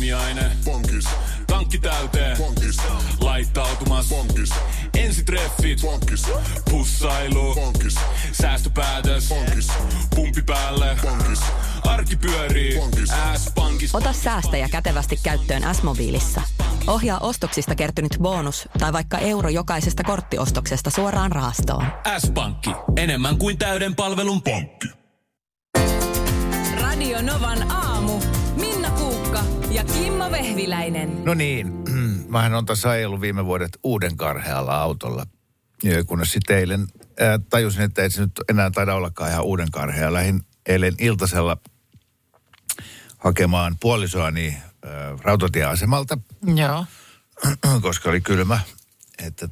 Aamiaine. Bonkis. Tankki täyteen. Bonkis. Laittautumas. Bonkis. Ensitreffit. Bonkis. Pussailu. Bonkis. Säästöpäätös. Bonkis. Pumpi päälle. Bonkis. Arki pyörii. Bonkis. S-pankis. Ota säästäjä kätevästi käyttöön S-mobiilissa. Ohjaa ostoksista kertynyt bonus tai vaikka euro jokaisesta korttiostoksesta suoraan rahastoon. S-pankki. Enemmän kuin täyden palvelun pankki. Radio Novan aamu. Minna Kuukka ja Kimmo Vehviläinen. No niin, mähän on tässä ajellut viime vuodet uuden karhealla autolla. Ja kunnes sitten eilen tajusin, että ei se nyt enää taida ollakaan ihan uuden karhea. Lähdin eilen iltasella hakemaan puolisoani rautatieasemalta. Joo. Koska oli kylmä, että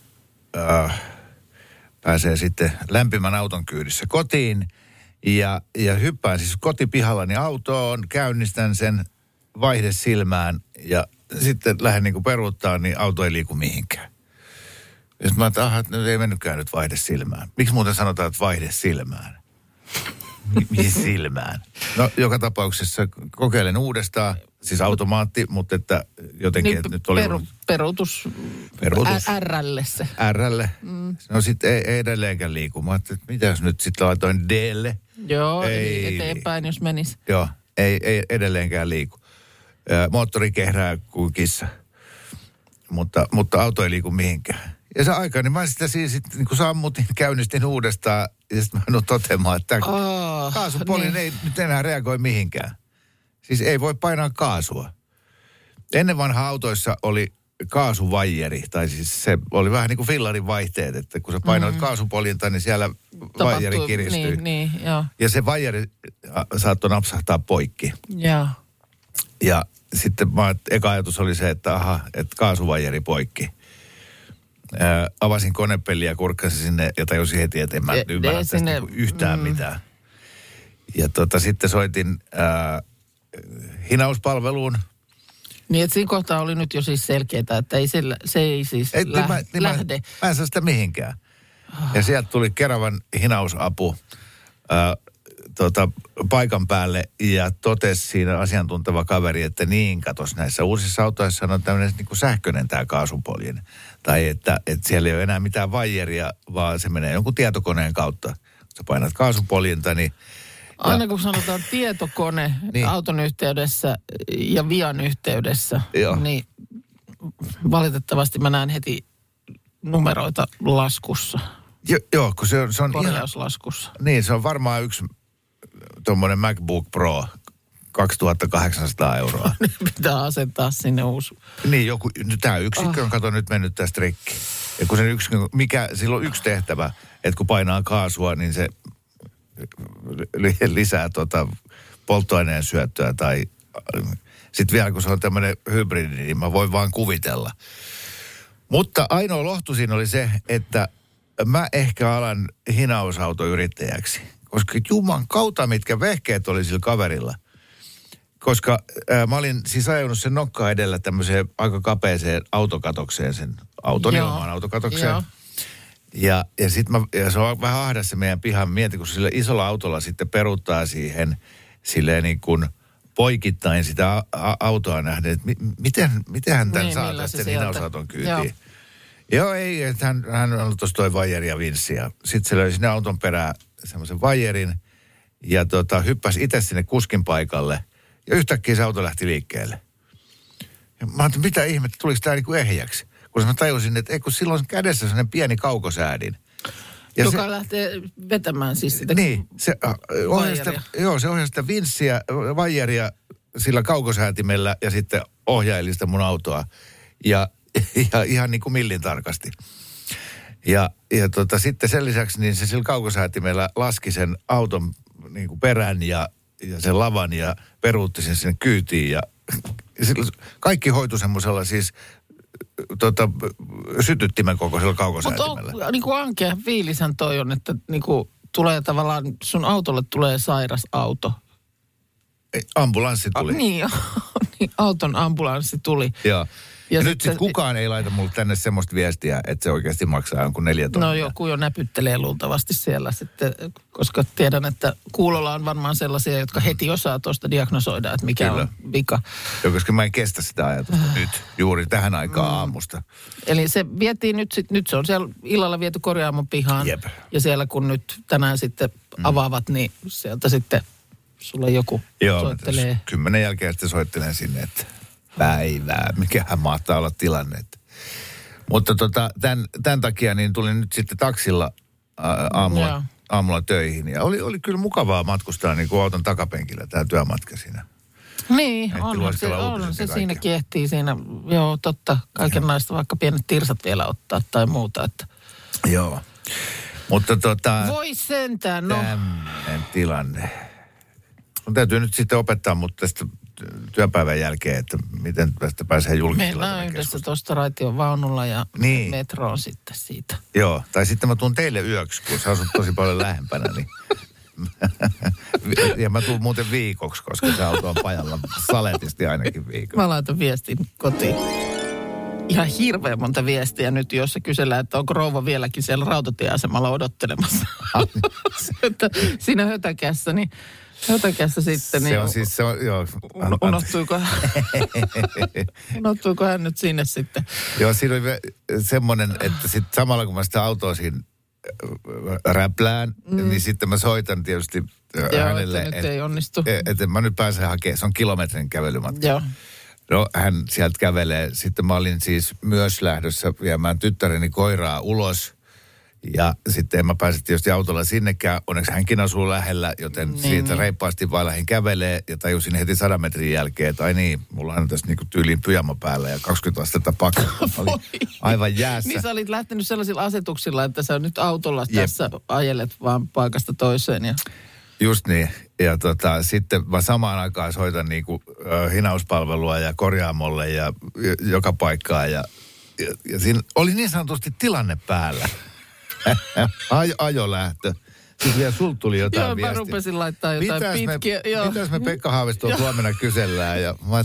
pääsee sitten lämpimän auton kyydissä kotiin. Ja hyppään siis kotipihallani autoon, käynnistän sen vaihde silmään ja sitten lähden niin kuin peruuttaa, niin auto ei liiku mihinkään. Ja sitten mä ajattelin, että nyt ei mennytkään nyt vaihde silmään. Miksi muuten sanotaan, että vaihde silmään? Mihin silmään? No joka tapauksessa kokeilen uudestaan, siis automaatti, mutta että jotenkin, että nyt oli... Peruutus. R:lle se. R:lle. No sitten ei edelleenkään liiku. Mä ajattelin, että mitä jos nyt sitten laitoin D:lle? Joo, ei eteenpäin jos menisi. Joo, ei edelleenkään liiku. Moottori kehrää kuin kissa. Mutta auto ei liiku mihinkään. Ja se aika, niin mä sitä siis niin kun sammutin, käynnistin uudestaan. Ja sitten mä joudun toteamaan, että kaasupoli niin. Ei nyt enää reagoi mihinkään. Siis ei voi painaa kaasua. Ennen vanha autoissa oli kaasuvajeri, tai siis se oli vähän niin kuin fillarin vaihteet, että kun sä painoit kaasupoljinta, niin siellä vajeri kiristyy. Niin, joo. Ja se vajeri saattoi napsahtaa poikki. Joo. Ja sitten eka ajatus oli se, että että kaasuvajeri poikki. Avasin konepeliä ja kurkkasin sinne ja tajusin heti, että en mä ymmärrä tästä sinne, yhtään mitään. Ja sitten soitin hinauspalveluun. Niin, että siinä kohtaa oli nyt jo siis selkeää, että se ei siis lähde. Mä en saa sitä mihinkään. Ja sieltä tuli Keravan hinausapu paikan päälle ja totesi siinä asiantunteva kaveri, että niin, katos näissä uusissa autoissa on tämmöinen niin kuin sähköinen tämä kaasupoljin. Tai että siellä ei ole enää mitään vajeria, vaan se menee jonkun tietokoneen kautta. Kun sä painat kaasupoljinta, niin... Aina kun sanotaan tietokone niin. Auton yhteydessä ja vian yhteydessä, niin valitettavasti mä näen heti numeroita laskussa. Joo, kun se on korjauslaskussa. Niin, se on varmaan yksi tuommoinen MacBook Pro, 2800 €. Nyt pitää asentaa sinne uusi. Niin, tämä yksikkö on nyt mennyt tästä rikki. Ja kun sillä on yksi tehtävä, että kun painaa kaasua, niin se lisää polttoaineen syöttöä tai sitten vielä kun se on tämmöinen hybridi, niin mä voin vaan kuvitella. Mutta ainoa lohtu siinä oli se, että mä ehkä alan hinausautoyrittäjäksi. Koska juman kautta mitkä vehkeet oli sillä kaverilla. Koska mä olin siis ajanut sen nokkaa edellä tämmöiseen aika kapeeseen autokatokseen, sen auton ilmaan autokatokseen. Joo. Ja se on vähän ahdas se meidän pihan. Mietin, kun sillä isolla autolla sitten peruuttaa siihen silleen niin kuin poikittain sitä autoa nähden, että miten hän tämän saa tästä hinausauton kyytiin. Joo, ei, että hän on tuossa toi vajeri ja vinssi. Ja sitten se löi sinne auton perään semmoisen vajerin ja hyppäsi itse sinne kuskin paikalle. Ja yhtäkkiä se auto lähti liikkeelle. Ja mä ajattelin, mitä ihmettä, tuliko tämä niinku ehjäksi? Kun mä tajusin, että kun silloin on kädessä sellainen pieni kaukosäädin. Ja joka lähtee vetämään siis sitä niin, se ohjaa sitä vinssiä, vajeria sillä kaukosäätimellä ja sitten ohjaili sitä mun autoa. Ja ihan niin kuin millin tarkasti. Ja sitten sen lisäksi niin se sillä kaukosäätimellä laski sen auton niin kuin perän ja sen lavan ja peruutti sen sinne kyytiin. Ja kaikki hoitui semmoisella siis sytyttimen kokoisella kaukosäätimellä. Mutta niin kuin ankea fiilishän toi on, että niin kuin tulee tavallaan, sun autolle tulee sairas auto. Ambulanssi tuli. Niin auton ambulanssi tuli. Joo. Ja nyt sitten kukaan ei laita mulle tänne semmoista viestiä, että se oikeasti maksaa jonkun 4 tonnia. No joku jo näpyttelee luultavasti siellä sitten, koska tiedän, että kuulolla on varmaan sellaisia, jotka heti osaa tuosta diagnosoida, että mikä on vika. Joo, koska mä en kestä sitä ajatusta nyt, juuri tähän aikaan aamusta. Eli se vietiin nyt se on siellä illalla viety korjaamon pihaan. Jep. Ja siellä kun nyt tänään sitten avaavat, niin sieltä sitten sulle joku soittelee. Joo, 10 jälkeen sitten soittelen sinne, että päivää, mikähän mahtaa olla tilanne. Mutta tämän takia niin tulin nyt sitten taksilla aamulla töihin. Ja oli kyllä mukavaa matkustaa niin kuin auton takapenkillä tämä työmatka siinä. Niin, on se siinä kiehtii siinä. Joo, totta. Kaikenlaista, vaikka pienet tirsat vielä ottaa tai muuta. Että. Joo, mutta voi sentään, no. Tämmöinen tilanne. Mun täytyy nyt sitten opettaa mut tästä työpäivän jälkeen, että miten tästä pääsee julkisilla. Mennään yhdessä tuosta raition vaunulla ja metroon sitten siitä. Joo, tai sitten mä tuun teille yöksi, kun sä asut tosi paljon lähempänä, niin ja mä tuun muuten viikoksi, koska se auto on pajalla saletisti ainakin viikoksi. Mä laitan viestin kotiin. Ihan hirveän monta viestiä nyt, jossa kysellään, että onko rouva vieläkin siellä rautatieasemalla odottelemassa. Siinä hötäkässä, niin hötäkässä sitten. Niin se on joo. Unohtuiko hän nyt sinne sitten? Joo, siinä oli semmoinen, että sitten samalla kun mä sitä autoa siinä räplään, niin sitten mä soitan tietysti hänelle. Että nyt ei onnistu. Että mä nyt pääsen hakemaan, se on kilometrin kävelymatka. Joo. No hän sieltä kävelee. Sitten mä olin siis myös lähdössä viemään tyttäreni koiraa ulos. Ja sitten en mä pääse tietysti autolla sinnekään. Onneksi hänkin asuu lähellä, joten siitä reippaasti vaan lähdin kävelee. Ja tajusin heti 100 metrin jälkeen, että ai niin, mulla on tässä niinku tyyliin pyjama päällä ja 20 astetta pakkaa. Oli aivan jäässä. Niin sä olit lähtenyt sellaisilla asetuksilla, että sä nyt autolla tässä ajelet vaan paikasta toiseen. Ja. Just niin. Ja sitten mä samaan aikaan soitan niinku hinauspalvelua ja korjaamolle ja joka paikkaan. Ja siinä oli niin sanotusti tilanne päällä. Ajolähtö. Sitten vielä sulta tuli jotain viestiä. Joo, mä rupesin laittaa jotain pitkiä. Mitäs me Pekka Haavistoon huomenna kysellään? Ja mä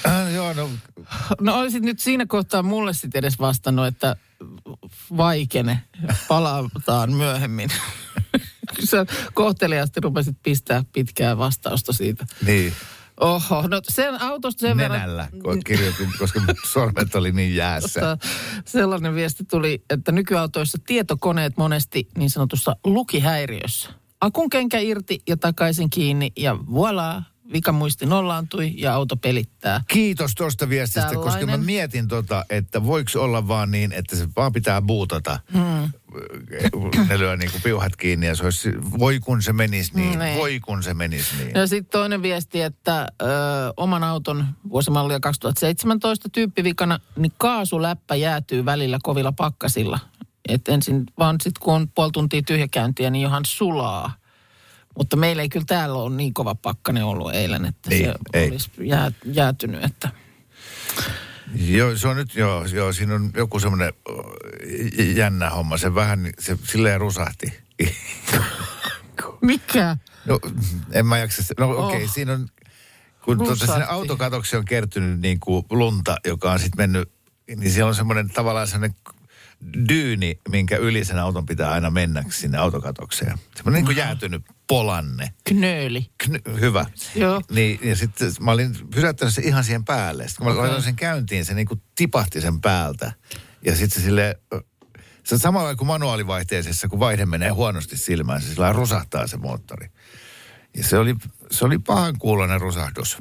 No olisit nyt siinä kohtaa mulle sitten edes vastannut, että vaikene, palataan myöhemmin. Sä kohteliaasti rupesit pistää pitkää vastausta siitä. Niin. Oho, no sen autosta sen nenällä, kun kirjoitin, koska sormet oli niin jäässä. Sellainen viesti tuli, että nykyautoissa tietokoneet monesti niin sanotussa lukihäiriössä. Akun kenkä irti ja takaisin kiinni ja voilà, vikamuisti nollaantui ja auto pelittää. Kiitos tuosta viestistä, koska mä mietin että voiko olla vaan niin, että se vaan pitää bootata. Ne lyö niin kuin piuhat kiinni ja se olisi, voi kun se menisi niin, voi kun se menisi niin. Ja sitten toinen viesti, että oman auton vuosimallia 2017 tyyppivikana, niin kaasuläppä jäätyy välillä kovilla pakkasilla. Että ensin vaan sitten kun on puoli tuntia tyhjäkäyntiä, niin johan sulaa. Mutta meillä ei kyllä täällä ole niin kova pakkanen ollut eilen, että se olisi jäätynyt, että. Joo, se on nyt, siinä on joku semmoinen jännä homma. Se vähän, se silleen rusahti. Mikä? No, en mä jaksa. No okei, siinä on, kun sinne autokatoksi on kertynyt niin kuin lunta, joka on sitten mennyt, niin siellä on semmoinen tavallaan semmoinen dyyni, minkä yli sen auton pitää aina mennä sinne autokatokseen. Semmoinen niin kuin jäätynyt polanne. Knööli. Hyvä. Joo. Niin, ja sitten mä olin pysäyttänyt sen ihan siihen päälle. Sitten kun mä laitoin sen käyntiin, se niin kuin tipahti sen päältä. Ja sitten se silleen, se samalla kuin manuaalivaihteisessa, kun vaihde menee huonosti silmään, se sillä rusahtaa se moottori. Ja se oli pahan kuuloinen rusahdus.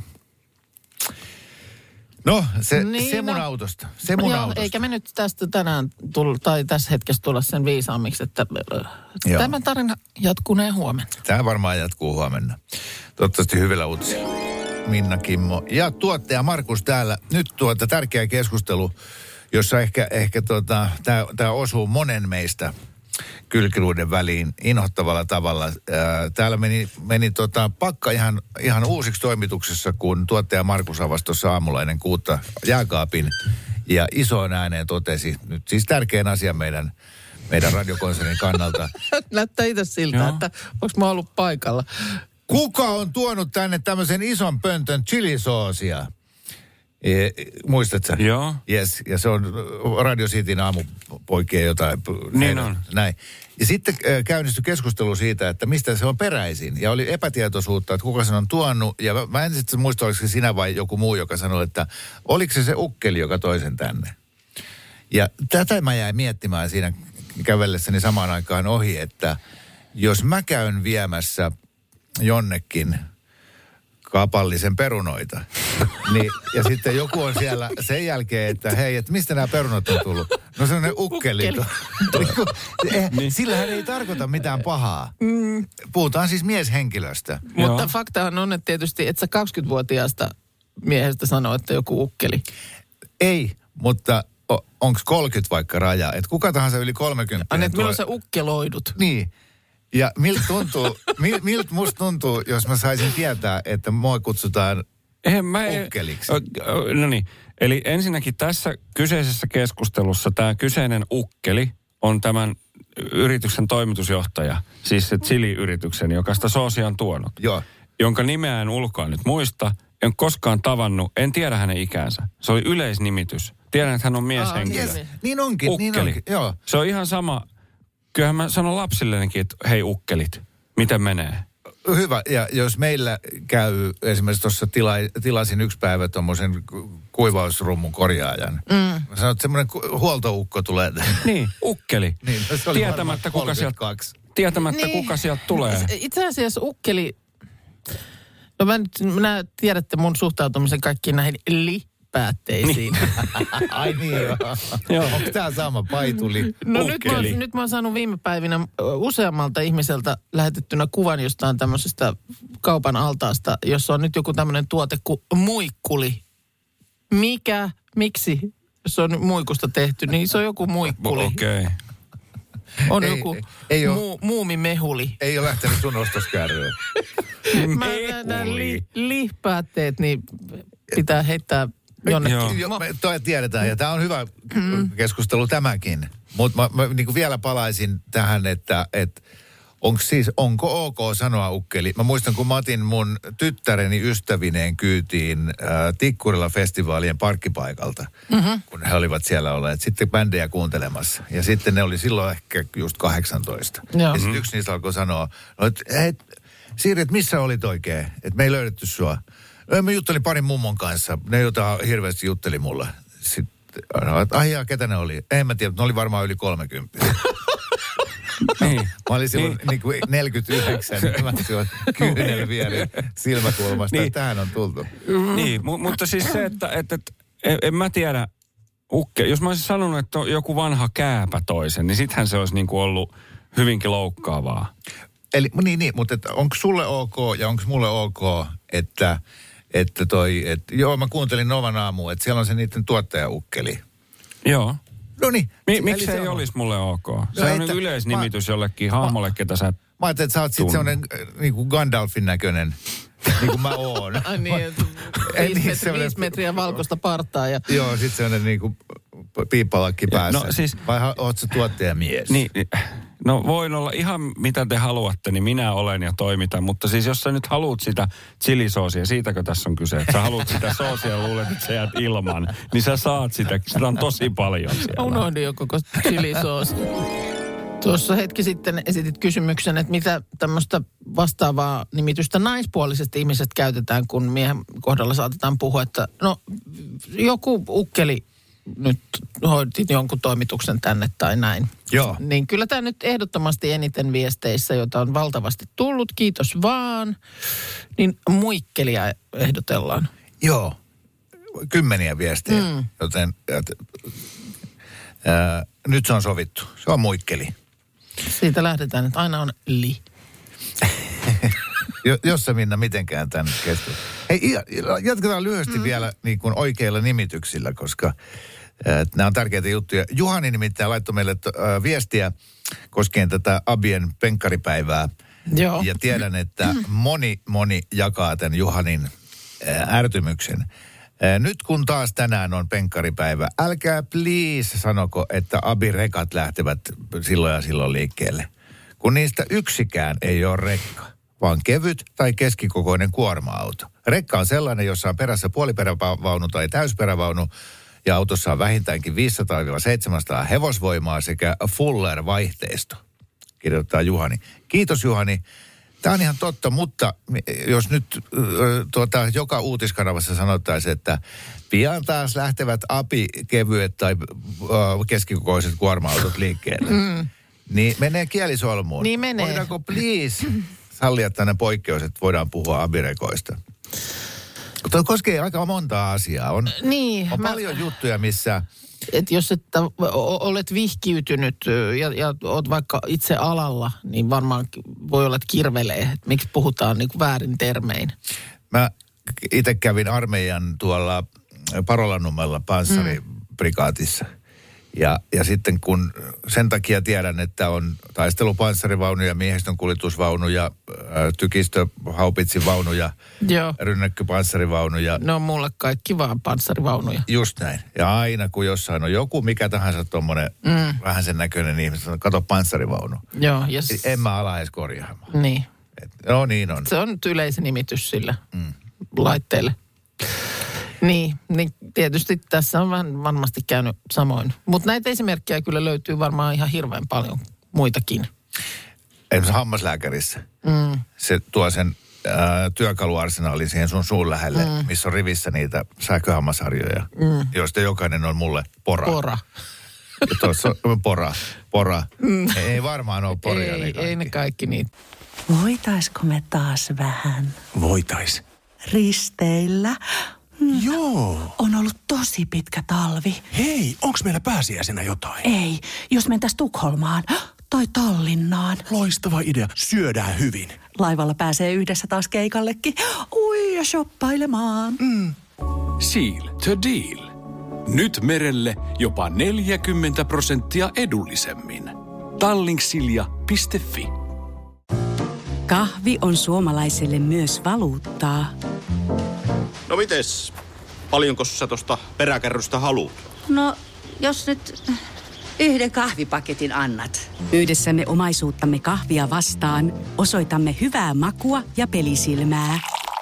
No, se mun autosta. Se mun autosta. Eikä me nyt tästä tänään tai tässä hetkessä tulla sen viisaammiksi, että tämä tarina jatkunee huomenna. Tämä varmaan jatkuu huomenna. Toivottavasti hyvillä uutisilla. Minna Kimmo ja tuottaja Markus täällä. Nyt tärkeä keskustelu, jossa ehkä tämä osuu monen meistä kylkiluiden väliin inhottavalla tavalla. Täällä meni pakka ihan uusiksi toimituksessa, kun tuottaja Markus avasi tuossa aamulla ennen 6 jääkaapin ja isoin ääneen totesi, nyt siis tärkein asia meidän radiokonsernin kannalta. Näyttää itse siltä, että onko mä ollut paikalla. Kuka on tuonut tänne tämmöisen ison pöntön chilisoosia? Muistatko? Joo. Yes, ja se on Radio Cityn aamupoikien jotain. Niin on. Näin. Ja sitten käynnistyi keskustelu siitä, että mistä se on peräisin. Ja oli epätietoisuutta, että kuka sen on tuonut. Ja mä en sitten muista, oliko se sinä vai joku muu, joka sanoi, että oliko se ukkeli, joka toi sen tänne. Ja tätä mä jäin miettimään siinä kävellessäni samaan aikaan ohi, että jos mä käyn viemässä jonnekin kapallisen perunoita, niin, ja sitten joku on siellä sen jälkeen, että hei, että mistä nämä perunat on tullut? No sellainen ukkeli. Sillähän ei tarkoita mitään pahaa. Puhutaan siis mieshenkilöstä. Mutta faktahan on, että tietysti et sä 20-vuotiaasta miehestä sanoo, että joku ukkeli. Ei, mutta onko 30 vaikka raja? Että kuka tahansa yli 30. Annet, milloin sä ukkeloidut? Niin. Ja miltä musta tuntuu, jos mä saisin tietää, että mua kutsutaan ukkeliksi? No niin, eli ensinnäkin tässä kyseisessä keskustelussa tämä kyseinen ukkeli on tämän yrityksen toimitusjohtaja, siis se Chili-yrityksen, joka sitä soosia on tuonut. Joo. Jonka nimeä en ulkoa nyt muista, en koskaan tavannut, en tiedä hänen ikänsä. Se oli yleisnimitys. Tiedän, että hän on mieshenkilö. Niin onkin, ukkeli. Joo. Se on ihan sama. Kyllähän mä sanon lapsillenikin, että hei ukkelit, miten menee? Hyvä, ja jos meillä käy, esimerkiksi tuossa tilasin yksi päivä tuommoisen kuivausrummun korjaajan. Mä sanon, että semmoinen huoltoukko tulee. Niin, ukkeli. Niin, no tietämättä kuka sieltä tulee. Itse asiassa ukkeli, no minä tiedätte mun suhtautumisen kaikkiin näihin päätteisiin. Niin. Ai niin joo. Onko tämä sama paituli? No nyt mä oon saanut viime päivinä useammalta ihmiseltä lähetettynä kuvan jostain tämmöisestä kaupan altaasta, jossa on nyt joku tämmöinen tuote kuin muikkuli. Miksi? Jos se on muikusta tehty, niin se on joku muikkuli. Okei. Okay. On joku muumimehuli. Ei ole lähtenyt sun ostoskärryyn. Päätteet, niin pitää heittää jonnekin. Joo, me tiedetään, ja tämä on hyvä keskustelu tämäkin. Mutta mä niin kuin vielä palaisin tähän, että onko ok sanoa ukkeli? Mä muistan, kun mä otin mun tyttäreni ystävineen kyytiin Tikkurila-festivaalien parkkipaikalta, kun he olivat siellä olleet sitten bändejä kuuntelemassa. Ja sitten ne oli silloin ehkä just 18. Ja sitten yksi niistä alkoi sanoa, että Siiri, että missä olit oikein? Että me ei löydetty sua. Mä juttelin parin mummon kanssa. Ne hirveästi jutteli mulle. Sitten, ketä ne oli? En mä tiedä, ne oli varmaan yli 30. Niin. Mä olin silloin niin kuin 49. Mä silloin kyynel vierin silmäkulmasta. Niin. Tähän on tultu. Niin, mutta siis se, että en mä tiedä. Jos mä olisin sanonut, että joku vanha kääpä toisen, niin sittenhän se olisi niin kuin ollut hyvinkin loukkaavaa. Eli niin, mutta onko sulle ok ja onko mulle ok, että mä kuuntelin Novan aamuun, että siellä on se niiden tuottajaukkeli. Joo. No niin. Miksi ei olisi mulle ok? Se on yleisnimitys jollekin hahmolle, ketä sä mä ajattelin, että sä oot sitten sellainen niin kuin Gandalfin näköinen, niin kuin mä oon. Ai niin, 5 metriä valkoista partaa. Ja... Joo, sitten sellainen niin kuin piippalakki päässä. No, siis, vai oot sä tuottajamies? Niin, no voin olla ihan mitä te haluatte, niin minä olen ja toimitan. Mutta siis jos sä nyt haluat sitä chilisoosia, siitäkö tässä on kyse? Että sä haluat sitä soosia ja luulet, että sä jäät ilman, niin sä saat sitä. Sitä on tosi paljon siellä. Unohdin jo koko chilisoosi. Tuossa hetki sitten esitit kysymyksen, että mitä tämmöistä vastaavaa nimitystä naispuolisesta ihmisestä käytetään, kun miehen kohdalla saatetaan puhua, että no joku ukkeli nyt hoidit jonkun toimituksen tänne tai näin. Joo. Niin kyllä tämä nyt ehdottomasti eniten viesteissä, joita on valtavasti tullut, kiitos vaan, niin muikkelia ehdotellaan. Joo, 10 viestejä, joten nyt se on sovittu. Se on muikkeli. Siitä lähdetään, että aina on li. Jos sä Minna mitenkään tämän keskustelun. Hei, jatketaan lyhyesti vielä niin kuin oikeilla nimityksillä, koska nämä on tärkeitä juttuja. Juhani nimittäin laittoi meille viestiä koskien tätä Abien penkkaripäivää. Joo. Ja tiedän, että moni jakaa tämän Juhanin ärtymyksen. Nyt kun taas tänään on penkkaripäivä, älkää please sanoko, että Abi-rekat lähtevät silloin ja silloin liikkeelle. Kun niistä yksikään ei ole rekka, vaan kevyt tai keskikokoinen kuorma-auto. Rekka on sellainen, jossa on perässä puoliperävaunu tai täysperävaunu, ja autossa on vähintäänkin 500-700 hevosvoimaa sekä Fuller-vaihteisto, kirjoittaa Juhani. Kiitos Juhani. Tämä on ihan totta, mutta jos nyt joka uutiskanavassa sanottaisiin, että pian taas lähtevät API-kevyet tai keskikokoiset kuorma-autot liikkeelle, niin menee kielisolmuun. Niin menee. Voidaanko please sallia tänne poikkeus, että voidaan puhua abirekoista? Tuo koskee aika montaa asiaa. On paljon juttuja, missä... Että jos olet vihkiytynyt ja olet vaikka itse alalla, niin varmaan voi olla, että kirvelee. Että miksi puhutaan niin kuin väärin termein? Mä itse kävin armeijan tuolla Parolannummella panssariprikaatissa. Ja sitten kun sen takia tiedän, että on taistelupanssarivaunuja, miehistön kuljetusvaunuja, tykistöhaupitsivaunuja, rynnäkköpanssarivaunuja. No mulle kaikki vaan panssarivaunuja. Just näin. Ja aina kun jossain on joku, mikä tahansa tommonen vähän sen näköinen ihminen, sanoo, kato panssarivaunu. Joo. En mä ala edes korjaamaan. Niin. No niin on. Se on nyt yleisen nimitys sille laitteelle. Niin tietysti tässä on vähän varmasti käynyt samoin. Mutta näitä esimerkkejä kyllä löytyy varmaan ihan hirveän paljon muitakin. Esimerkiksi hammaslääkärissä. Se tuo sen työkaluarsenaalin siihen sun suun lähelle, missä on rivissä niitä sähköhammasharjoja, joista jokainen on mulle pora. Ja tuossa on pora. Ei varmaan ole poria. Ei ne kaikki niitä. Voitaisko me taas vähän? Voitais. Risteillä? Joo. On ollut tosi pitkä talvi. Hei, onks meillä pääsiäisenä jotain? Ei, jos mentäis Tukholmaan tai Tallinnaan. Loistava idea. Syödään hyvin. Laivalla pääsee yhdessä taas keikallekin. Ui, ja shoppailemaan. Seal to deal. Nyt merelle jopa 40% edullisemmin. Tallingsilja.fi. Kahvi on suomalaiselle myös valuuttaa. No mites? Paljonko sä tosta peräkärrystä haluat? No, jos nyt yhden kahvipaketin annat. Yhdessämme omaisuuttamme kahvia vastaan osoitamme hyvää makua ja pelisilmää.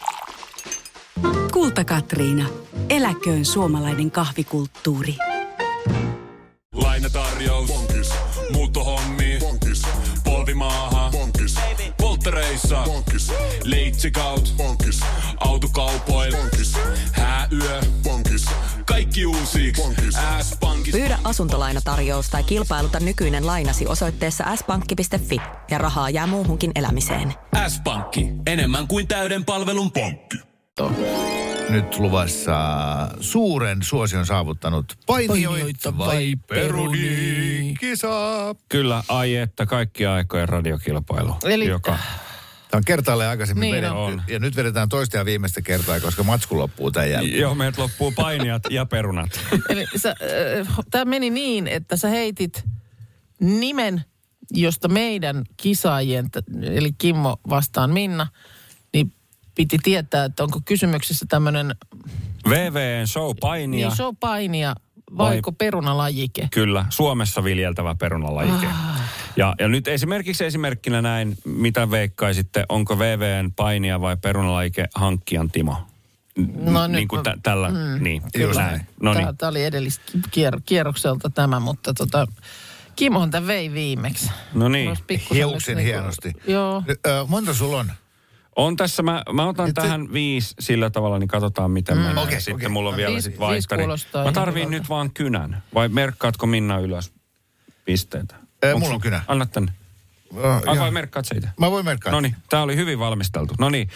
Kulta Katriina. Eläköön suomalainen kahvikulttuuri. Lainatarjous. Bonkis. Muuttohommi. Bonkis. Polvimaaha. Bonkis. Polttereissa. Bonkis. Leitsikaut. Bonkis. Autokaupoil. Bonkis. Hääyö. Bonkis. Kaikki uusi. S-pankki. Pyydä asuntolainatarjous tai kilpailuta nykyinen lainasi osoitteessa s-pankki.fi ja rahaa jää muuhunkin elämiseen. S-pankki. Enemmän kuin täyden palvelun pankki. Nyt luvassa suuren suosion saavuttanut painijoita vai peruni kisa. Kyllä, ai että kaikki aikojen radiokilpailu. Eli Tämä on kertaalleen aikaisemmin niin vedetty. on. Ja nyt vedetään toista ja viimeistä kertaa, koska matsku loppuu tämän jälkeen. Joo, meiltä loppuu painijat ja perunat. Eli tämä meni niin, että sä heitit nimen, josta meidän kisaajien, eli Kimmo vastaan Minna, niin piti tietää, että onko kysymyksessä tämmöinen... VVN show-painia. Niin, show-painia, vaiko perunalajike? Kyllä, Suomessa viljeltävä perunalajike. Ja nyt esimerkkinä näin, mitä veikkaisitte, onko VVN painia vai perunalajike hankkijan Timo? No niin kuin tällä, niin. Kyllä. Näin. No niin. Tämä oli edelliskierrokselta tämä, mutta Kimmohan tämän vei viimeksi. No niin. Hiuksin hienosti. Joo. Monta sulla on? On tässä, mä otan tähän 5 sillä tavalla, niin katsotaan miten menee. Sitten mulla on vielä sit vaihtari. Mä tarviin nyt vaan kynän. Vai merkkaatko Minna ylös pisteitä? Mulla on kynä. Anna tänne. Vai merkkaat se itse? Mä voin merkkaa. Noniin, tää oli hyvin valmisteltu. Noniin.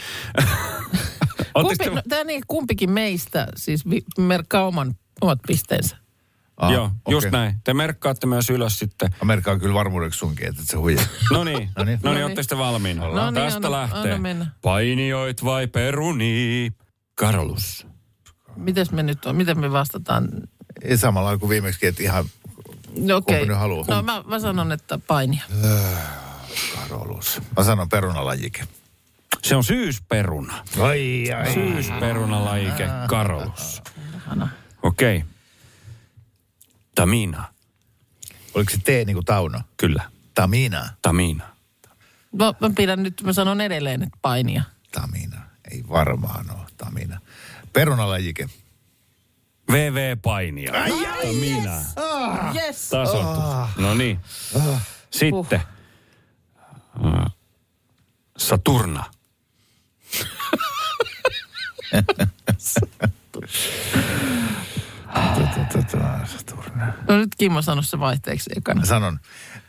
Kumpikin meistä siis merkkaa omat pisteensä. Joo, just näin. Te merkkaatte myös ylös sitten. Mä merkkaan kyllä varmuudeksi sunkin, että se huijaa. No niin, ootte sitten valmiina. Tästä lähtee. Painioit vai peruni? Carolus. Miten me vastataan? Ei samalla kuin viimeksi, että ihan okei. Kumpi haluaa. No mä sanon, että painia. Carolus. Mä sanon perunalajike. Se on syysperuna. Ai. Syysperunalajike Carolus. Okei. Tamina. Oliko se T niin kuin Tauno? Kyllä. Tamina. Mä sanon edelleen, että painia. Tamina. Ei varmaan ole Tamina. Perunalajike. VV-painia. Tamina. Yes. Tasoitus. No niin. Sitten. Saturna. Saturna. No nyt Kimmo sano se vaihteeksi ekana. Sanon.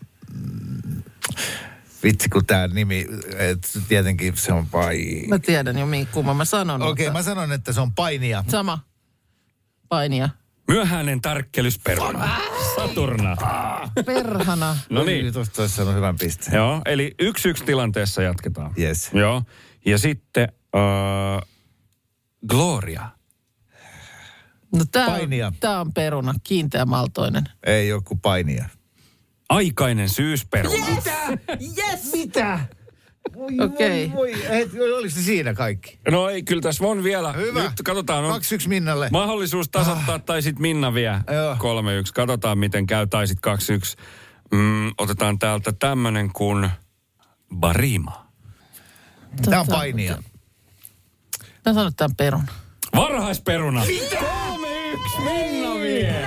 Vitsi, kun tämä nimi, tietenkin se on Mä tiedän jo, kumman mä sanon. Okei, mä sanon, että se on painia. Sama. Painia. Myöhäinen tärkkelysperuna. Saturna. Perhana. No niin. Tuosta olisi sanonut hyvän pisteen. Joo, eli 1-1 tilanteessa jatketaan. Yes. Joo. Ja sitten Gloria. No painia. Tää on peruna, kiinteämaltoinen. Ei joku painia. Aikainen syysperuna. Mitä? Yes! Mitä? Okei. Oliko se siinä kaikki? No ei, kyllä tässä on vielä. Hyvä. Nyt katsotaan. 2-1 Minnalle. Mahdollisuus tasoittaa tai sitten Minna vie 3-1. Katsotaan miten käy tai sitten 2-1. Otetaan täältä tämmönen kuin Barima. Tämä on painia. Mä sanon, että tämä on peruna. Varhaisperuna. Mitä? 3-1. Minna vie.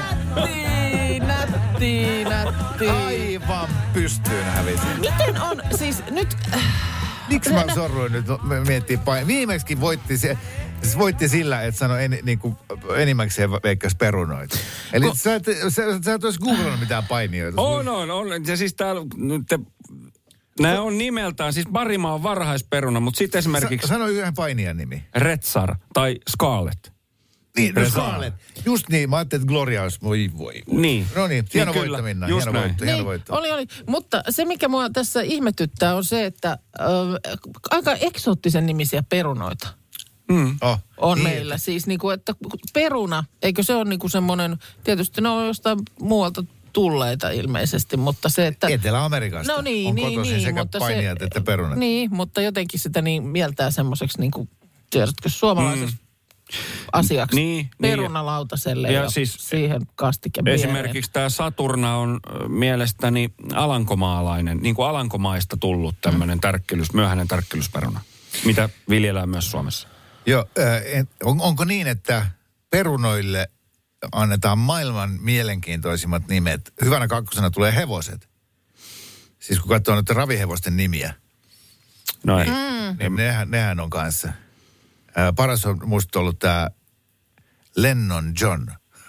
Nätti. Aivan pystyyn hävisin. Miten on, siis nyt... Miksi mä sorruin nyt miettiä painia? Viimeksikin voitti sillä, että sanoi enimmäkseen veikkas perunoita. Eli sä et olisi googlannut mitään painioita. On. Ja siis täällä nämä on nimeltään, siis Barima on varhaisperuna, mutta sitten esimerkiksi... Sano yhden painijan nimi. Retsar tai Scarlet. Niin, Scarlet. Just niin, mä ajattelin, että Gloria olisi voi. Niin. No niin, hieno voitto Minna, hieno voitto. Oli. Mutta se, mikä mua tässä ihmetyttää, on se, että aika eksoottisen nimisiä perunoita on niin, meillä. Siis niinku, että peruna, eikö se ole niinku semmoinen, tietysti ne on jostain muualta tulleita ilmeisesti, mutta se, että... Etelä-Amerikasta on kotoisin sekä painijat että perunat. Niin, mutta jotenkin sitä niin mieltää semmoiseksi niinku, tiedätkö, suomalaiseksi asiaksi perunalautaselle ja siis siihen kastike viereen. Esimerkiksi tämä Saturna on mielestäni alankomaalainen, niin kuin Alankomaista tullut tämmöinen myöhäinen tärkkelysperuna, mitä viljellään myös Suomessa. Joo, onko niin, että perunoille annetaan maailman mielenkiintoisimmat nimet? Hyvänä kakkosena tulee hevoset. Siis kun katsoo nyt ravihevosten nimiä. No ei. Niin nehän on kanssa. Paras on musta ollut tämä Lennon John.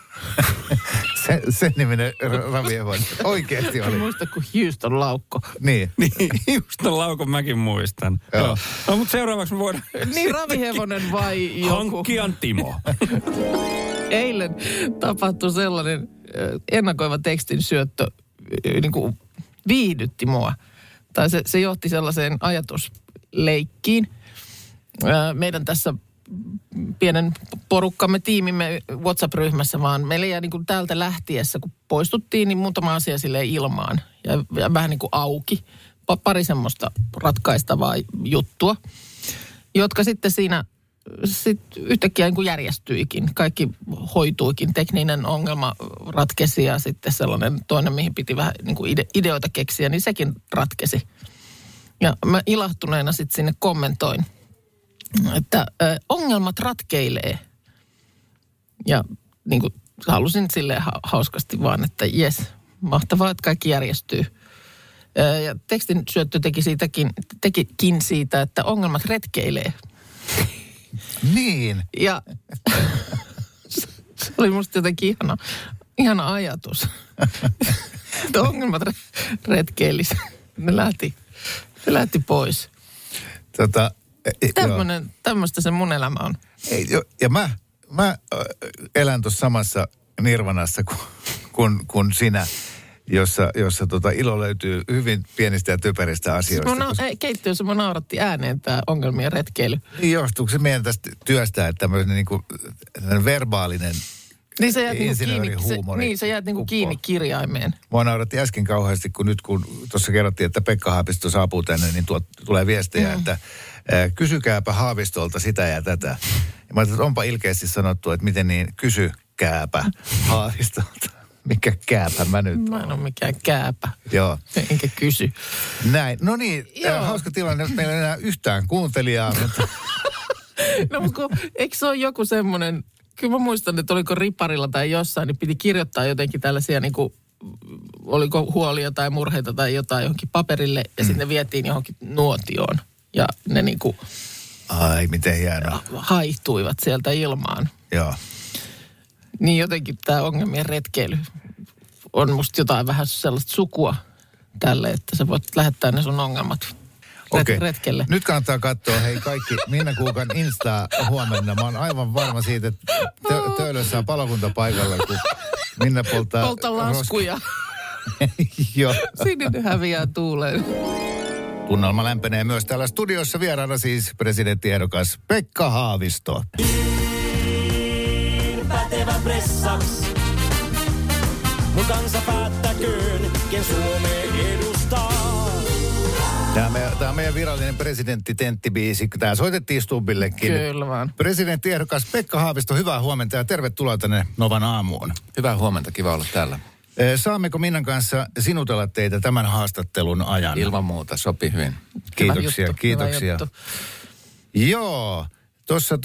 sen niminen ravihevonen. Oikeasti oli. Muista kuin Houston Laukko. Niin. Houston Laukon mäkin muistan. Joo. No mutta seuraavaksi me voidaan... Niin ravihevonen vai joku? Hankkijan Timo. Eilen tapahtui sellainen ennakoiva tekstin syöttö, niin kuin viihdytti mua. Tai se johti sellaiseen ajatusleikkiin. Meidän tässä pienen porukkamme, tiimimme WhatsApp-ryhmässä, vaan meillä jäi niin kuin täältä lähtiessä, kun poistuttiin, niin muutama asia silleen ilmaan ja vähän niin kuin auki. Pari semmoista ratkaistavaa juttua, jotka sitten siinä yhtäkkiä niin kuin järjestyikin. Kaikki hoituikin, tekninen ongelma ratkesi ja sitten sellainen toinen, mihin piti vähän niin kuin ideoita keksiä, niin sekin ratkesi. Ja mä ilahtuneena sitten sinne kommentoin, että ongelmat ratkeilee. Ja niin kuin halusin silleen hauskasti vaan, että jes, mahtavaa, että kaikki järjestyy. Ja tekstin syöttö tekikin siitä, että ongelmat retkeilee. Niin. Ja se oli musta jotenkin ihana ajatus. Että ongelmat retkeilis. Ne lähti pois. Tämmöistä se mun elämä on. Ja mä elän tuossa samassa nirvanassa kuin sinä, jossa ilo löytyy hyvin pienistä ja typeristä asioista. Keittiössä mä nauratti ääneen tämä ongelmien retkeily. Niin johtuuko se meidän tästä työstä, että tämmöinen niin kuin verbaalinen insinöörihuumori. Sä jäät niinku kiinni kirjaimeen. Mua nauratti äsken kauheasti, kun tuossa kerrottiin, että Pekka Haavisto saapuu tänne, niin tulee viestejä, että kysykääpä Haavistolta sitä ja tätä. Ja mä ajattelin, että onpa ilkeästi sanottu, että miten niin, kysykääpä Haavistolta. Mikä kääpä mä nyt Mä en ole mikään kääpä. Joo. Enkä kysy. Näin. No niin, hauska tilanne, että meillä ei enää yhtään kuuntelijaa, mutta... No mutta eikö se ole joku semmoinen, kyllä mä muistan, että oliko Riparilla tai jossain, niin piti kirjoittaa jotenkin tällaisia niin kuin, oliko huolia tai murheita tai jotain johonkin paperille ja sitten vietiin johonkin nuotioon. Ja ne niin kuin... Ai, miten hienoa. Haihtuivat sieltä ilmaan. Joo. Niin jotenkin tämä ongelmien retkeily on musta jotain vähän sellaista sukua tälle, että sä voit lähettää ne sun ongelmat retkelle. Nyt kannattaa katsoa, hei kaikki, Minna Kuukan Instaa huomenna. Mä oon aivan varma siitä, että Töölössä on palokunta paikalla, kun Minna polttaa laskuja. Joo. Sinne ne häviää tuuleen. Tunnelma lämpenee myös täällä studiossa vieraana siis presidenttiehdokas Pekka Haavisto. Pätevä pressaks. Mun kansa päättäköön, ken Suomeen edustaa. Tämä on meidän virallinen presidenttitenttibiisi. Tämä soitettiin Stubbillekin. Kyllä vaan. Presidenttiehdokas Pekka Haavisto, hyvää huomenta ja tervetuloa tänne Novan aamuun. Hyvää huomenta, kiva olla täällä. Saammeko Minnan kanssa sinutella teitä tämän haastattelun ajan? Ilman muuta, sopii hyvin. Kiitoksia. Joo, tuossa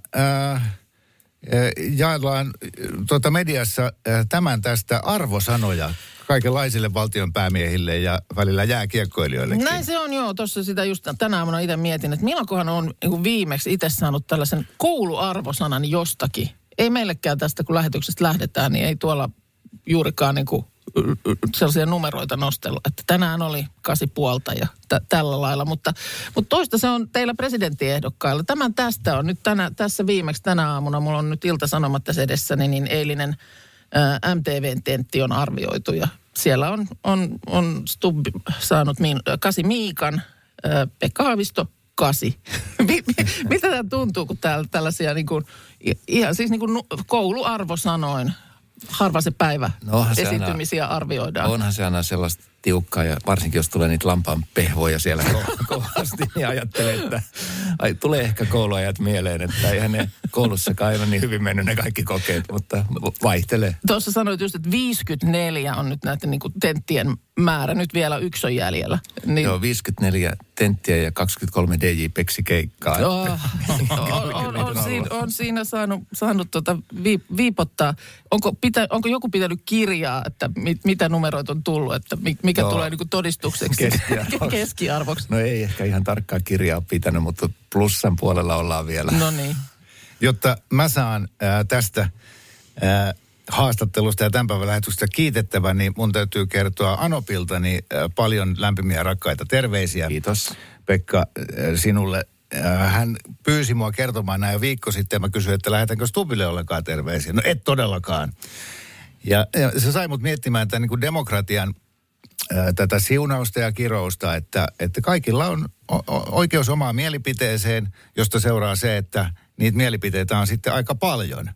jaellaan mediassa tämän tästä arvosanoja kaikenlaisille valtionpäämiehille ja välillä jääkiekkoilijoillekin. Näin se on, joo. Tuossa sitä just tänä aamuna itse mietin, että milloinkohan on niin viimeksi itse saanut tällaisen kouluarvosanan jostakin. Ei meillekään tästä, kun lähetyksestä lähdetään, niin ei tuolla juurikaan niin kuin sellaisia numeroita nostella, että tänään oli 8,5 ja tällä lailla, mutta toista se on teillä presidenttiehdokkailla. Tämän tästä on nyt tässä viimeksi tänä aamuna, mulla on nyt Ilta-Sanomat tässä edessäni, niin eilinen MTV:n-tentti on arvioitu ja siellä on Stubb saanut 8 Miikan, Pekka Haavisto 8. Miltä tämä tuntuu, kun täällä tällaisia niin kuin, ihan siis niin kuin kouluarvosanoin harva se päivä esiintymisiä arvioidaan. Onhan se aina sellaista tiukkaa ja varsinkin jos tulee niitä lampaan pehvoja siellä kovasti, niin ajattelee, että tulee ehkä kouluajat mieleen, että eihän ne koulussakaan aina niin hyvin mennyt ne kaikki kokeet, mutta vaihtelee. Tuossa sanoit just, että 54 on nyt näiden niin kuin tenttien määrä, nyt vielä 1 on jäljellä. Niin... Joo, 54 tenttiä ja 23 DJ-peksikeikkaa. On siinä saanut viipottaa. Onko joku pitänyt kirjaa, että mitä numeroita on tullut, että mikä tulee niin kuin todistukseksi keskiarvoksi? No ei ehkä ihan tarkkaa kirjaa pitänyt, mutta plussan puolella ollaan vielä. No niin. Jotta mä saan tästä haastattelusta ja tämän päivän lähetyksestä kiitettävän, niin mun täytyy kertoa Anopiltani paljon lämpimiä rakkaita terveisiä. Kiitos. Pekka, sinulle. Hän pyysi mua kertomaan näin jo viikko sitten ja mä kysyin, että lähetänkö Stubbille ollenkaan terveisiä. No et todellakaan. Ja se sai mut miettimään tämän niin kuin demokratian tätä siunausta ja kirousta, että kaikilla on oikeus omaan mielipiteeseen, josta seuraa se, että niitä mielipiteitä on sitten aika paljon.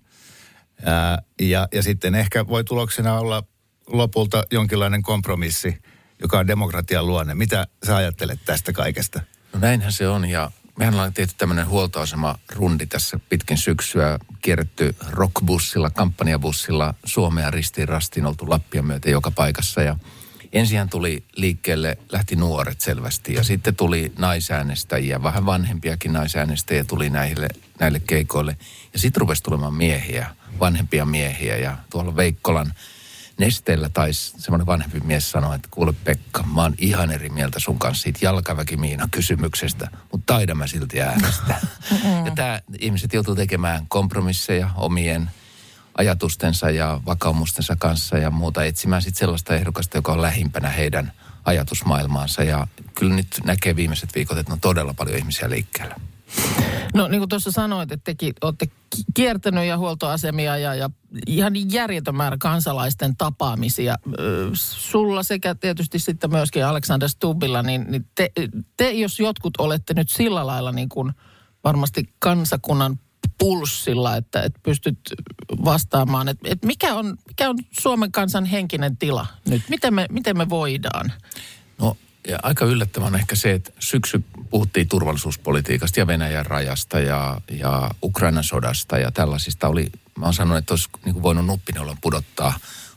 Ja sitten ehkä voi tuloksena olla lopulta jonkinlainen kompromissi, joka on demokratian luonne. Mitä sä ajattelet tästä kaikesta? No näinhän se on ja mehän ollaan tehty tämmöinen huoltoasema-rundi tässä pitkin syksyä, kierretty rockbussilla, kampanjabussilla Suomea ristiin rastiin, oltu Lappia myöten joka paikassa ja ensinhän tuli liikkeelle, lähti nuoret selvästi ja sitten tuli naisäänestäjiä, vähän vanhempiakin naisäänestäjiä tuli näille keikoille ja sitten rupesi tulemaan miehiä, vanhempia miehiä ja tuolla Veikkolan Nesteellä taisi semmoinen vanhempi mies sanoa, että kuule Pekka, mä oon ihan eri mieltä sun kanssa siitä jalkaväkimiina-kysymyksestä, mutta taidan mä silti äänestää. Ja tämä ihmiset joutuu tekemään kompromisseja omien ajatustensa ja vakaumustensa kanssa ja muuta, etsimään sitten sellaista ehdokasta, joka on lähimpänä heidän ajatusmaailmaansa. Ja kyllä nyt näkee viimeiset viikot, että on todella paljon ihmisiä liikkeellä. No niin kuin tuossa sanoit, että tekin olette kiertänyt ja huoltoasemia ja ihan järjetön määrä kansalaisten tapaamisia. Sulla sekä tietysti sitten myöskin Alexander Stubbilla, niin te jos jotkut olette nyt sillä lailla niin kuin varmasti kansakunnan pulssilla, että pystyt vastaamaan, että mikä on Suomen kansan henkinen tila nyt? Miten me voidaan? No ja aika yllättävää on ehkä se, että syksy puhuttiin turvallisuuspolitiikasta ja Venäjän rajasta ja Ukrainan sodasta ja tällaisista. Mä oon sanonut, että olisi niin kuin voinut nuppineulan pudottaa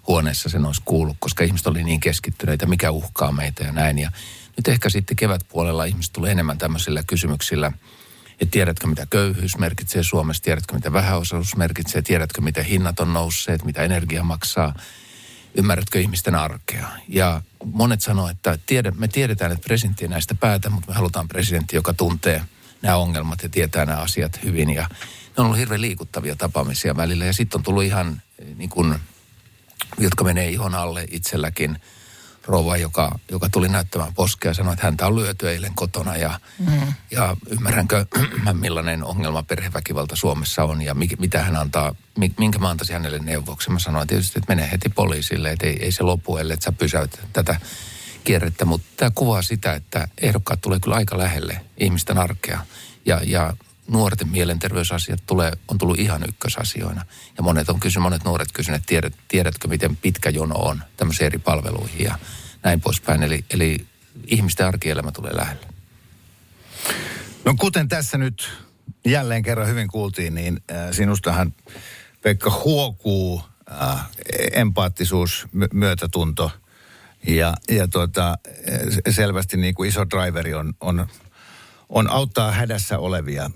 huoneessa sen olisi kuullut, koska ihmiset oli niin keskittyneitä, mikä uhkaa meitä ja näin. Ja nyt ehkä sitten kevätpuolella ihmiset tulee enemmän tämmöisillä kysymyksillä, että tiedätkö mitä köyhyys merkitsee Suomessa, tiedätkö mitä vähäosaisuus merkitsee, tiedätkö miten hinnat on nousseet, mitä energia maksaa, ymmärrätkö ihmisten arkea. Ja monet sanoo, että me tiedetään, että presidentti ei näistä päätä, mutta me halutaan presidentti, joka tuntee nämä ongelmat ja tietää nämä asiat hyvin. Ja ne on ollut hirveän liikuttavia tapaamisia välillä. Ja sitten on tullut ihan niin kuin, jotka menee ihon alle itselläkin. Rouva, joka tuli näyttämään poskea ja sanoi, että häntä on lyöty eilen kotona. Ja ymmärränkö, millainen ongelma perheväkivalta Suomessa on ja mitä hän antaa, minkä mä antaisin hänelle neuvoksi. Mä sanoin tietysti, että menee heti poliisille, että ei se lopu, ellei sä pysäytä tätä kierrettä. Mutta tämä kuvaa sitä, että ehdokkaat tulee kyllä aika lähelle ihmisten arkea. Ja nuorten mielenterveysasiat on tullut ihan ykkösasioina. Ja monet nuoret kysyneet, että tiedätkö miten pitkä jono on tämmöisiin eri palveluihin ja näin poispäin. Eli ihmisten arkielämä tulee lähelle. No kuten tässä nyt jälleen kerran hyvin kuultiin, niin sinustahan Pekka huokuu empaattisuus, myötätunto ja selvästi niin kuin iso driveri on auttaa hädässä olevia.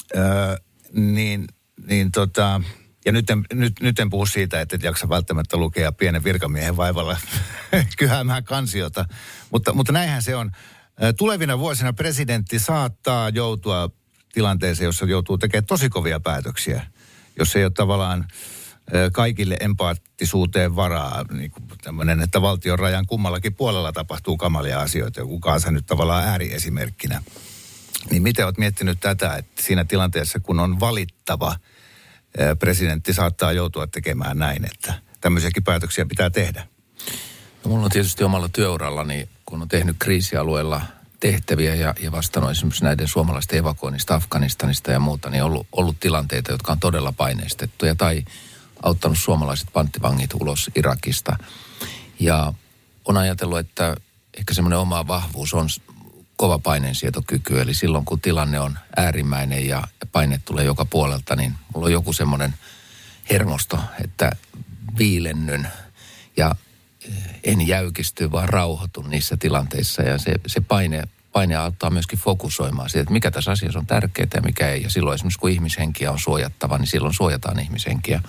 Ja nyt en puhu siitä, että et jaksa välttämättä lukea pienen virkamiehen vaivalla kyhäämään kansiota, mutta näinhän se on. Tulevina vuosina presidentti saattaa joutua tilanteeseen, jossa joutuu tekemään tosi kovia päätöksiä, jos ei ole tavallaan kaikille empaattisuuteen varaa, niin kuin tämmöinen, että valtion rajan kummallakin puolella tapahtuu kamalia asioita, joku Kaasa nyt tavallaan ääriesimerkkinä. Niin miten olet miettinyt tätä, että siinä tilanteessa, kun on valittava, presidentti saattaa joutua tekemään näin, että tämmöisiäkin päätöksiä pitää tehdä? No, mulla on tietysti omalla työurallani, kun on tehnyt kriisialueella tehtäviä ja vastannut esimerkiksi näiden suomalaisten evakuoinnista Afganistanista ja muuta, niin on ollut tilanteita, jotka on todella paineistettuja tai auttanut suomalaiset panttivangit ulos Irakista. Ja on ajatellut, että ehkä semmoinen oma vahvuus on kova paineensietokyky, eli silloin kun tilanne on äärimmäinen ja paine tulee joka puolelta, niin mulla on joku semmoinen hermosto, että viilennyn ja en jäykisty, vaan rauhoitun niissä tilanteissa. Ja se paine auttaa myöskin fokusoimaan siitä, että mikä tässä asiassa on tärkeää ja mikä ei. Ja silloin esimerkiksi kun ihmishenkiä on suojattava, niin silloin suojataan ihmishenkiä.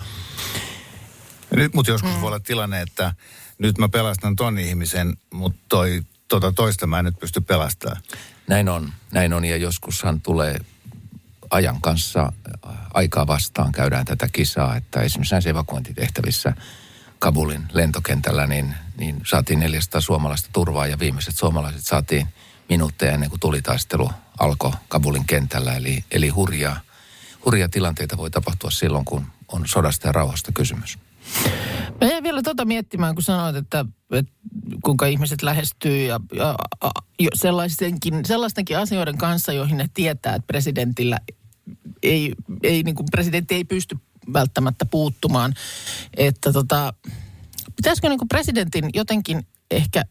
Mutta joskus voi olla tilanne, että nyt mä pelastan ton ihmisen, mutta toista mä en nyt pysty pelastamaan. Näin on ja joskushan tulee ajan kanssa aikaa vastaan käydään tätä kisaa, että esimerkiksi näissä evakuointitehtävissä Kabulin lentokentällä, niin saatiin 400 suomalaista turvaa ja viimeiset suomalaiset saatiin minuutteja ennen kuin tulitaistelu alkoi Kabulin kentällä. Eli hurjia tilanteita voi tapahtua silloin, kun on sodasta ja rauhasta kysymys. Mä jäin vielä miettimään, kun sanoit, että kuinka ihmiset lähestyy ja sellaistenkin asioiden kanssa, joihin ne tietää, että presidentillä ei niin kuin presidentti ei pysty välttämättä puuttumaan. Että pitäisikö niin kuin presidentin jotenkin ehkä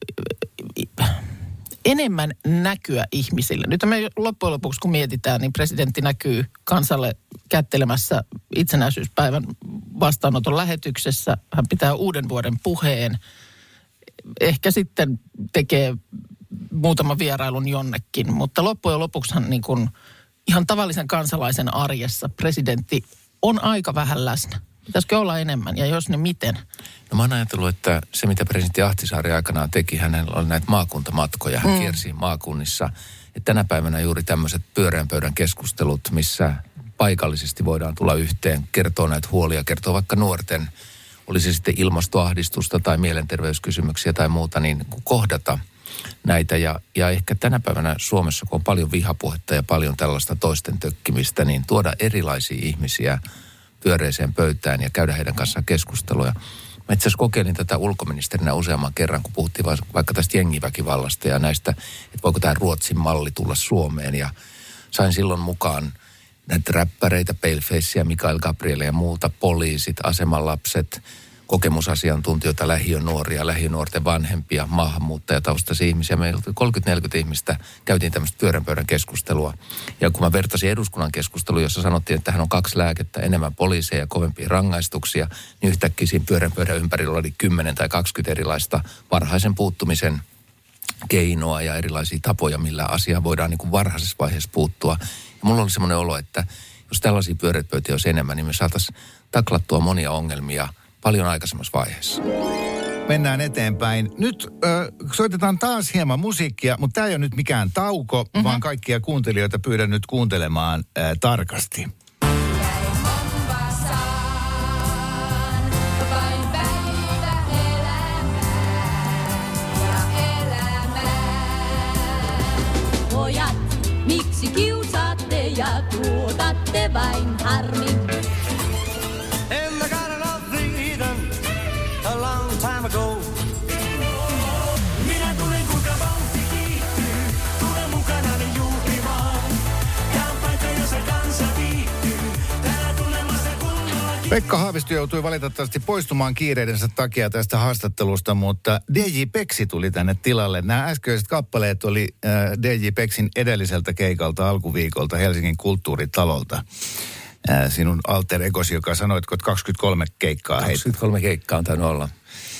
enemmän näkyä ihmisille? Nyt me loppujen lopuksi, kun mietitään, niin presidentti näkyy kansalle kättelemässä itsenäisyyspäivän vastaanoton lähetyksessä. Hän pitää uuden vuoden puheen. Ehkä sitten tekee muutaman vierailun jonnekin, mutta loppujen lopuksihan niin kuin ihan tavallisen kansalaisen arjessa presidentti on aika vähän läsnä. Pitäisikö olla enemmän ja jos niin miten? No mä oon ajatellut, että se mitä presidentti Ahtisaari aikanaan teki, hänellä oli näitä maakuntamatkoja, hän kiersi maakunnissa. Ja tänä päivänä juuri tämmöiset pyöreän pöydän keskustelut, missä paikallisesti voidaan tulla yhteen, kertoo näitä huolia, kertoo vaikka nuorten, olisi sitten ilmastoahdistusta tai mielenterveyskysymyksiä tai muuta, niin kohdata näitä. Ja ehkä tänä päivänä Suomessa, kun on paljon vihapuhetta ja paljon tällaista toisten tökkimistä, niin tuoda erilaisia ihmisiä pyöreiseen pöytään ja käydä heidän kanssaan keskusteluja. Mä itse asiassa kokeilin tätä ulkoministerinä useamman kerran, kun puhuttiin vaikka tästä jengiväkivallasta ja näistä, että voiko tämä Ruotsin malli tulla Suomeen. Ja sain silloin mukaan näitä räppäreitä, Palefaceä, Mikael Gabriel ja muuta, poliisit, asemanlapset, kokemusasiantuntijoita, lähiönuoria, lähiönuorten vanhempia, maahanmuuttajataustaisia ihmisiä. Meillä oli 30-40 ihmistä, käytiin tämmöistä pyöränpöydän keskustelua. Ja kun mä vertasin eduskunnan keskustelua, jossa sanottiin, että tähän on 2 lääkettä, enemmän poliiseja ja kovempia rangaistuksia, niin yhtäkkiä siinä pyöränpöydän ympärillä oli 10 tai 20 erilaista varhaisen puuttumisen keinoa ja erilaisia tapoja, millä asiaan voidaan niin kuin varhaisessa vaiheessa puuttua. Ja mulla oli semmoinen olo, että jos tällaisia pyöreäpöytiä olisi enemmän, niin me saataisiin taklattua monia ongelmia paljon aikaisemmassa vaiheessa. Mennään eteenpäin. Nyt soitetaan taas hieman musiikkia, mutta tämä ei ole nyt mikään tauko, vaan kaikkia kuuntelijoita pyydän nyt kuuntelemaan tarkasti. Pojat, miksi kiusaatte ja tuotatte vain harmin? And I got enough freedom a long time ago. Minä tulen kuinka vauhti kiihtyy, tulen mukanani juhlimaan. Jaan paikka, jossa kansa viihtyy, täällä tulemassa kunnolla. Pekka Haavisto joutui valitettavasti poistumaan kiireidensä takia tästä haastattelusta, mutta DJ Peksi tuli tänne tilalle. Nämä äskeiset kappaleet oli DJ Peksin edelliseltä keikalta alkuviikolta Helsingin kulttuuritalolta. Sinun alter egosi, joka sanoit, että 23 keikkaa heitä. 23 keikkaa on tainnut olla.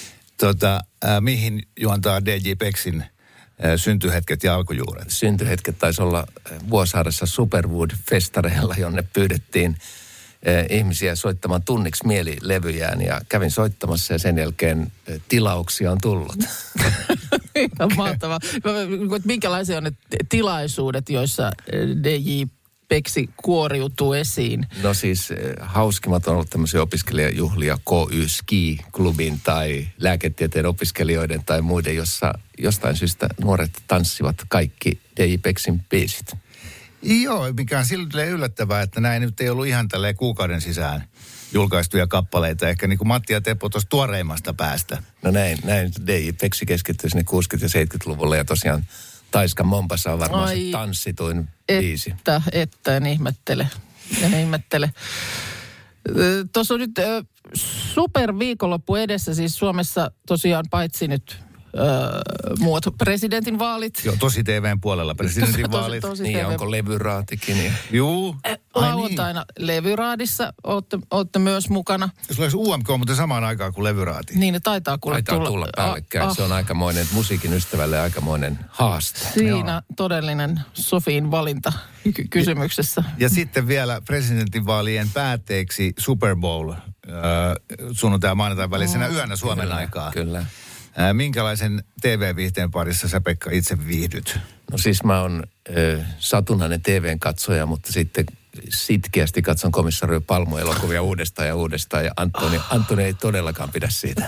Mihin juontaa DJ Peksin syntyhetket ja alkujuuret? Syntyhetket taisi olla Vuosaaressa Superwood-festareilla, jonne pyydettiin ihmisiä soittamaan tunniksi mielilevyjään ja kävin soittamassa ja sen jälkeen tilauksia on tullut. Ihan mahtavaa. Minkälaisia on ne tilaisuudet, joissa DJ Peksi kuoriutuu esiin? No siis hauskimmat on ollut tämmöisiä opiskelijajuhlia KY Ski-klubin tai lääketieteen opiskelijoiden tai muiden, jossa jostain syystä nuoret tanssivat kaikki DJ Peksin biisit. Joo, mikä on silleen yllättävää, että näin nyt ei ollut ihan tälleen kuukauden sisään julkaistuja kappaleita. Ehkä niin kuin Matti ja Teppo tuosta tuoreimmasta päästä. No näin DJ Peksi keskittyy sinne 60- ja 70-luvulle ja tosiaan Taiskan Mombasa on varmaan se tanssituin biisi. En ihmettele. Tuossa on nyt superviikonloppu edessä, siis Suomessa tosiaan paitsi nyt muut presidentinvaalit. Joo, tosi TVn puolella presidentinvaalit. Niin, TV. onko levyraatikin? Juu. Lauantaina levyraadissa ootte myös mukana. Jos olisi UMK, mutta samaan aikaan kuin levyraati. Niin, ne taitaa tulla päällekkäin. Se on aikamoinen, musiikin ystävälle aikamoinen haaste. Siinä todellinen Sofiin valinta kysymyksessä. Ja sitten vielä presidentinvaalien päätteeksi Super Bowl sunnuntai ja maanantain välisenä yönä Suomen aikaa. Kyllä. Minkälaisen TV-viihteen parissa sä, Pekka, itse viihdyt? No siis mä oon satunnainen TVn-katsoja, mutta sitten sitkeästi katson Komisario Palmu-elokuvia uudestaan ja Antoni ei todellakaan pidä siitä.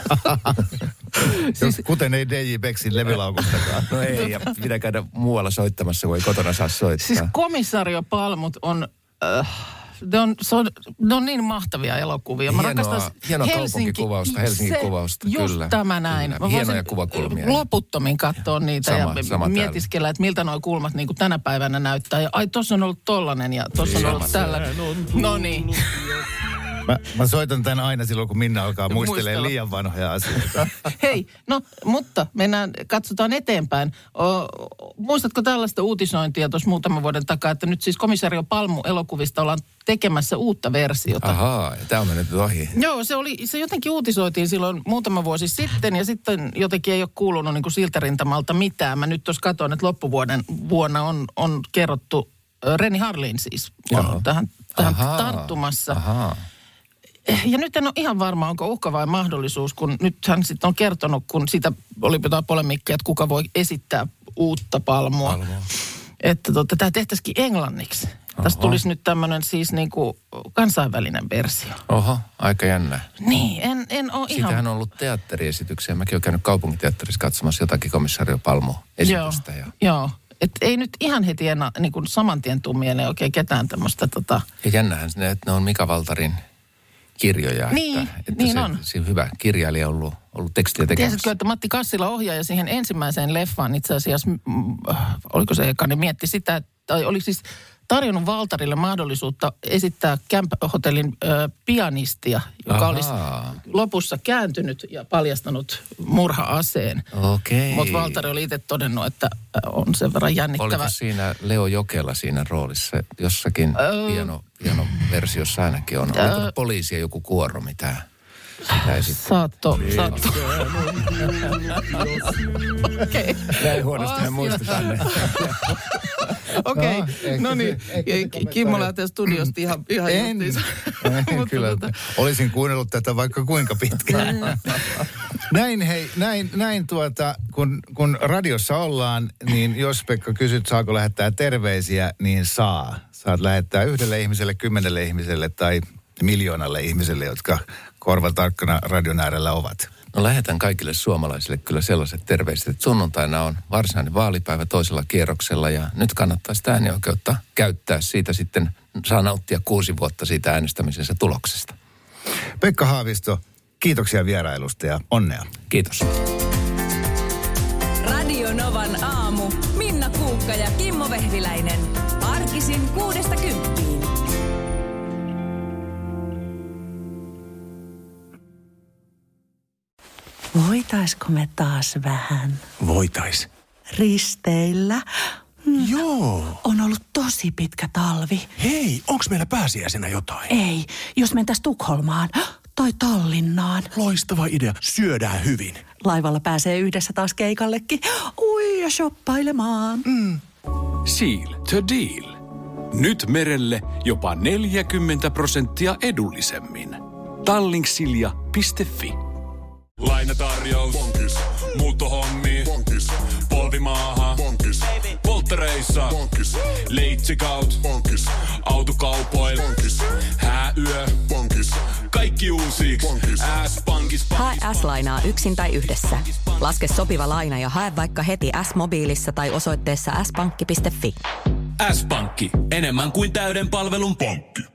Siis, kuten ei DJ Peksin levylaukustakaan. No ei, ja pitää käydä muualla soittamassa, kun ei kotona saa soittaa. Siis Komisario Palmut on... Ne on niin mahtavia elokuvia. Hienoa kaupunkikuvausta, Helsingin kuvausta, just kyllä. Tämä näin. Kyllä. Hienoja kuvakulmia. Loputtomin katsoa niitä ja mietiskellä, että miltä nuo kulmat niin kuin tänä päivänä näyttää. Ja ai, tuossa on ollut tollanen ja tuossa on ollut tällainen. No niin. Mä soitan tämän aina silloin, kun Minna alkaa muistelemaan liian vanhoja asioita. Hei, no, mutta katsotaan eteenpäin. Muistatko tällaista uutisointia tuossa muutaman vuoden takaa, että nyt siis Komisario Palmu-elokuvista ollaan tekemässä uutta versiota? Ahaa, ja tämä on mennyt ohi. Joo, se jotenkin uutisoitiin silloin muutama vuosi sitten, ja sitten jotenkin ei ole kuulunut niin kuin siltä rintamalta mitään. Mä nyt tuossa katson, että vuonna on kerrottu, Renny Harlin siis on tähän tarttumassa. Ahaa. Ja nyt en ole ihan varma, onko uhka vai mahdollisuus, kun nyt hän sitten on kertonut, kun siitä oli jotain polemiikkia, että kuka voi esittää uutta Palmua. Että tämä tehtäisikin englanniksi. Tästä tulisi nyt tämmöinen siis niinku kansainvälinen versio. Oho, aika jännä. Niin, en ole ihan... Siitähän on ollut teatteriesityksiä. Mäkin olen käynyt kaupunkiteatterissa katsomassa jotakin Komisario Palmu-esitystä. Joo. Että ei nyt ihan heti enää niin kuin saman tien tuu mieleen oikein ketään tämmöistä Ja jännähän ne, että ne on Mika Valtarin kirjoja. Niin, että niin on. Se hyvä kirjailija on ollut tekstiä tekemässä. Tiesitkö, että Matti Kassila ohjaaja siihen ensimmäiseen leffaan itse asiassa, oliko se eka, niin mietti sitä, tai oli siis tarjonnut Valtarille mahdollisuutta esittää Camp-hotellin pianistia, joka olisi lopussa kääntynyt ja paljastanut murha-aseen. Okei. Mutta Valtari oli itse todennut, että on sen verran jännittävä. Oliko siinä Leo Jokela siinä roolissa? Jossakin piano versiossa ainakin on. Oliko poliisia joku kuoro mitään? Saatto. Okei. Näin huonosti hän muistetaan. Okei, no niin. Kimmo lähtee studiosta ihan juttiinsa. Kyllä, olisin kuunnellut tätä vaikka kuinka pitkään. Näin kun radiossa ollaan, niin jos Pekka kysyt, saako lähettää terveisiä, niin saa. Saat lähettää 1 ihmiselle, 10 ihmiselle tai 1 ihmiselle, jotka korvatarkkana radion äärellä ovat. No lähetän kaikille suomalaisille kyllä sellaiset terveiset, että sunnuntaina on varsinainen vaalipäivä toisella kierroksella ja nyt kannattaa sitä äänioikeutta käyttää. Siitä sitten saa nauttia 6 vuotta siitä äänestämisensä tuloksesta. Pekka Haavisto, kiitoksia vierailusta ja onnea. Kiitos. Radio Novan aamu. Minna Kuukka ja Kimmo Vehviläinen. Arkisin 6–10. Voitaisko me taas vähän? Voitais. Risteillä? Joo. On ollut tosi pitkä talvi. Hei, onks meillä pääsiäisenä jotain? Ei, jos mentäis Tukholmaan tai Tallinnaan. Loistava idea. Syödään hyvin. Laivalla pääsee yhdessä taas keikallekin. Ui, ja shoppailemaan. Seal to deal. Nyt merelle jopa 40% edullisemmin. Tallingsilja.fi. Lainatarjous. Bonkis. Muuttohommi. Bonkis. Polvimaaha. Bonkis. Polttereissa. Bonkis. Leitsikaut. Bonkis. Autokaupoil. Bonkis. Hääyö. Bonkis. Kaikki uusiiksi. S-pankis. Hae S-lainaa yksin tai yhdessä. Laske sopiva laina ja hae vaikka heti S-mobiilissa tai osoitteessa s-pankki.fi. S-pankki. Enemmän kuin täyden palvelun pankki.